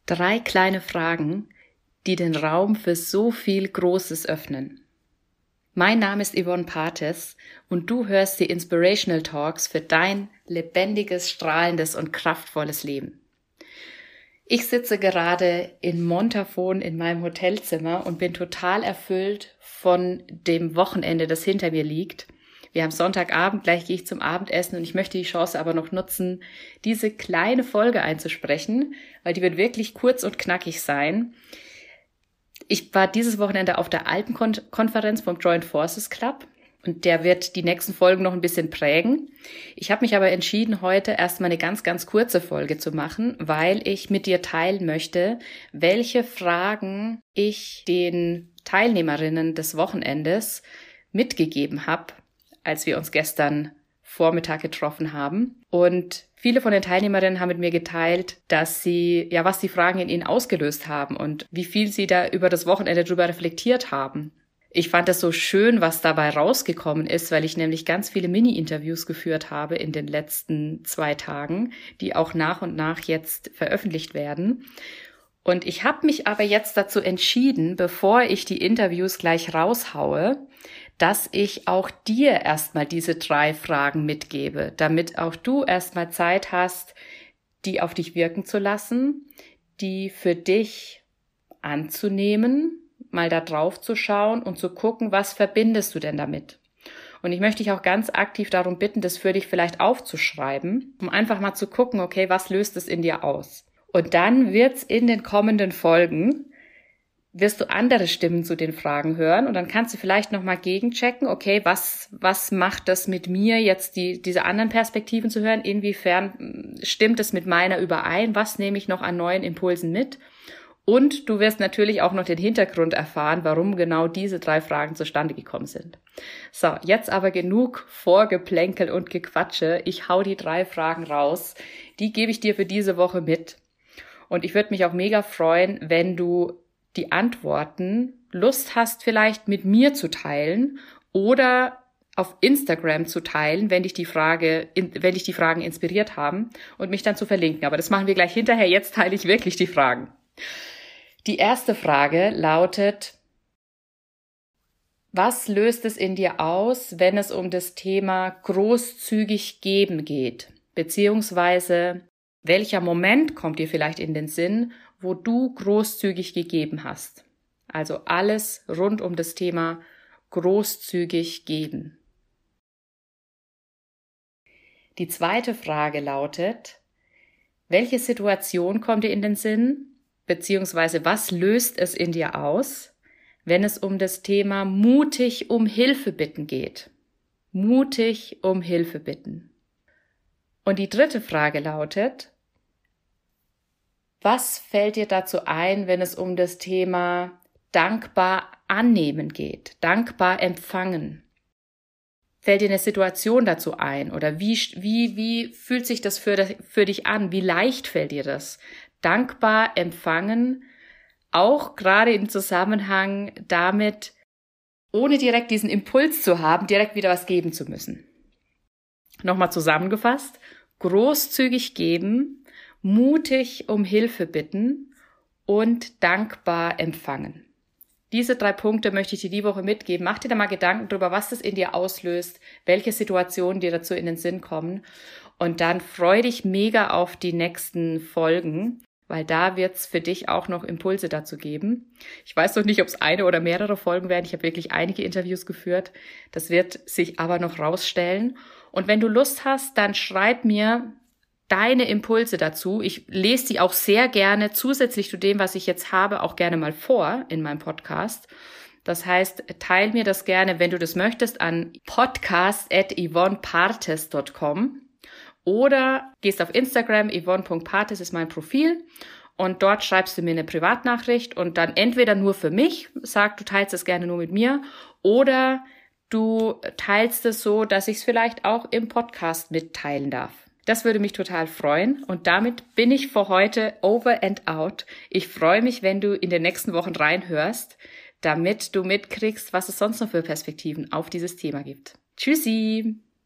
3 kleine Fragen, die den Raum für so viel Großes öffnen. Mein Name ist Yvonne Partes und du hörst die Inspirational Talks für dein lebendiges, strahlendes und kraftvolles Leben. Ich sitze gerade in Montafon in meinem Hotelzimmer und bin total erfüllt von dem Wochenende, das hinter mir liegt. Wir haben Sonntagabend, gleich gehe ich zum Abendessen und ich möchte die Chance aber noch nutzen, diese kleine Folge einzusprechen, weil die wird wirklich kurz und knackig sein. Ich war dieses Wochenende auf der Alpenkonferenz vom Joint Forces Club und der wird die nächsten Folgen noch ein bisschen prägen. Ich habe mich aber entschieden, heute erstmal eine ganz, ganz kurze Folge zu machen, weil ich mit dir teilen möchte, welche Fragen ich den Teilnehmerinnen des Wochenendes mitgegeben habe, als wir uns gestern Vormittag getroffen haben. Und viele von den Teilnehmerinnen haben mit mir geteilt, dass was die Fragen in ihnen ausgelöst haben und wie viel sie da über das Wochenende drüber reflektiert haben. Ich fand das so schön, was dabei rausgekommen ist, weil ich nämlich ganz viele Mini-Interviews geführt habe in den letzten 2 Tagen, die auch nach und nach jetzt veröffentlicht werden. Und ich habe mich aber jetzt dazu entschieden, bevor ich die Interviews gleich raushaue, dass ich auch dir erstmal diese 3 Fragen mitgebe, damit auch du erstmal Zeit hast, die auf dich wirken zu lassen, die für dich anzunehmen, mal da drauf zu schauen und zu gucken, was verbindest du denn damit? Und ich möchte dich auch ganz aktiv darum bitten, das für dich vielleicht aufzuschreiben, um einfach mal zu gucken, okay, was löst es in dir aus? Und dann wird's in den kommenden Folgen wirst du andere Stimmen zu den Fragen hören und dann kannst du vielleicht nochmal gegenchecken, okay, was macht das mit mir jetzt, diese anderen Perspektiven zu hören, inwiefern stimmt es mit meiner überein, was nehme ich noch an neuen Impulsen mit und du wirst natürlich auch noch den Hintergrund erfahren, warum genau diese 3 Fragen zustande gekommen sind. So, jetzt aber genug Vorgeplänkel und Gequatsche, ich hau die 3 Fragen raus, die gebe ich dir für diese Woche mit und ich würde mich auch mega freuen, wenn du die Antworten Lust hast, vielleicht mit mir zu teilen oder auf Instagram zu teilen, wenn dich die Fragen inspiriert haben und mich dann zu verlinken. Aber das machen wir gleich hinterher. Jetzt teile ich wirklich die Fragen. Die erste Frage lautet: Was löst es in dir aus, wenn es um das Thema großzügig geben geht? Beziehungsweise welcher Moment kommt dir vielleicht in den Sinn, wo du großzügig gegeben hast? Also alles rund um das Thema großzügig geben. Die zweite Frage lautet: Welche Situation kommt dir in den Sinn? Beziehungsweise was löst es in dir aus, wenn es um das Thema mutig um Hilfe bitten geht? Mutig um Hilfe bitten. Und die dritte Frage lautet: Was fällt dir dazu ein, wenn es um das Thema dankbar annehmen geht, dankbar empfangen? Fällt dir eine Situation dazu ein oder wie fühlt sich das für dich an? Wie leicht fällt dir das? Dankbar empfangen, auch gerade im Zusammenhang damit, ohne direkt diesen Impuls zu haben, direkt wieder was geben zu müssen. Nochmal zusammengefasst: Großzügig geben, mutig um Hilfe bitten und dankbar empfangen. Diese 3 Punkte möchte ich dir die Woche mitgeben. Mach dir da mal Gedanken drüber, was das in dir auslöst, welche Situationen dir dazu in den Sinn kommen. Und dann freu dich mega auf die nächsten Folgen, weil da wird's für dich auch noch Impulse dazu geben. Ich weiß noch nicht, ob es eine oder mehrere Folgen werden. Ich habe wirklich einige Interviews geführt. Das wird sich aber noch rausstellen. Und wenn du Lust hast, dann schreib mir deine Impulse dazu. Ich lese die auch sehr gerne zusätzlich zu dem, was ich jetzt habe, auch gerne mal vor in meinem Podcast. Das heißt, teil mir das gerne, wenn du das möchtest, an podcast@yvonnepartes.com oder gehst auf Instagram, yvonne.partes ist mein Profil und dort schreibst du mir eine Privatnachricht und dann entweder nur für mich, sag, du teilst es gerne nur mit mir oder du teilst es so, dass ich es vielleicht auch im Podcast mitteilen darf. Das würde mich total freuen und damit bin ich für heute over and out. Ich freue mich, wenn du in den nächsten Wochen reinhörst, damit du mitkriegst, was es sonst noch für Perspektiven auf dieses Thema gibt. Tschüssi!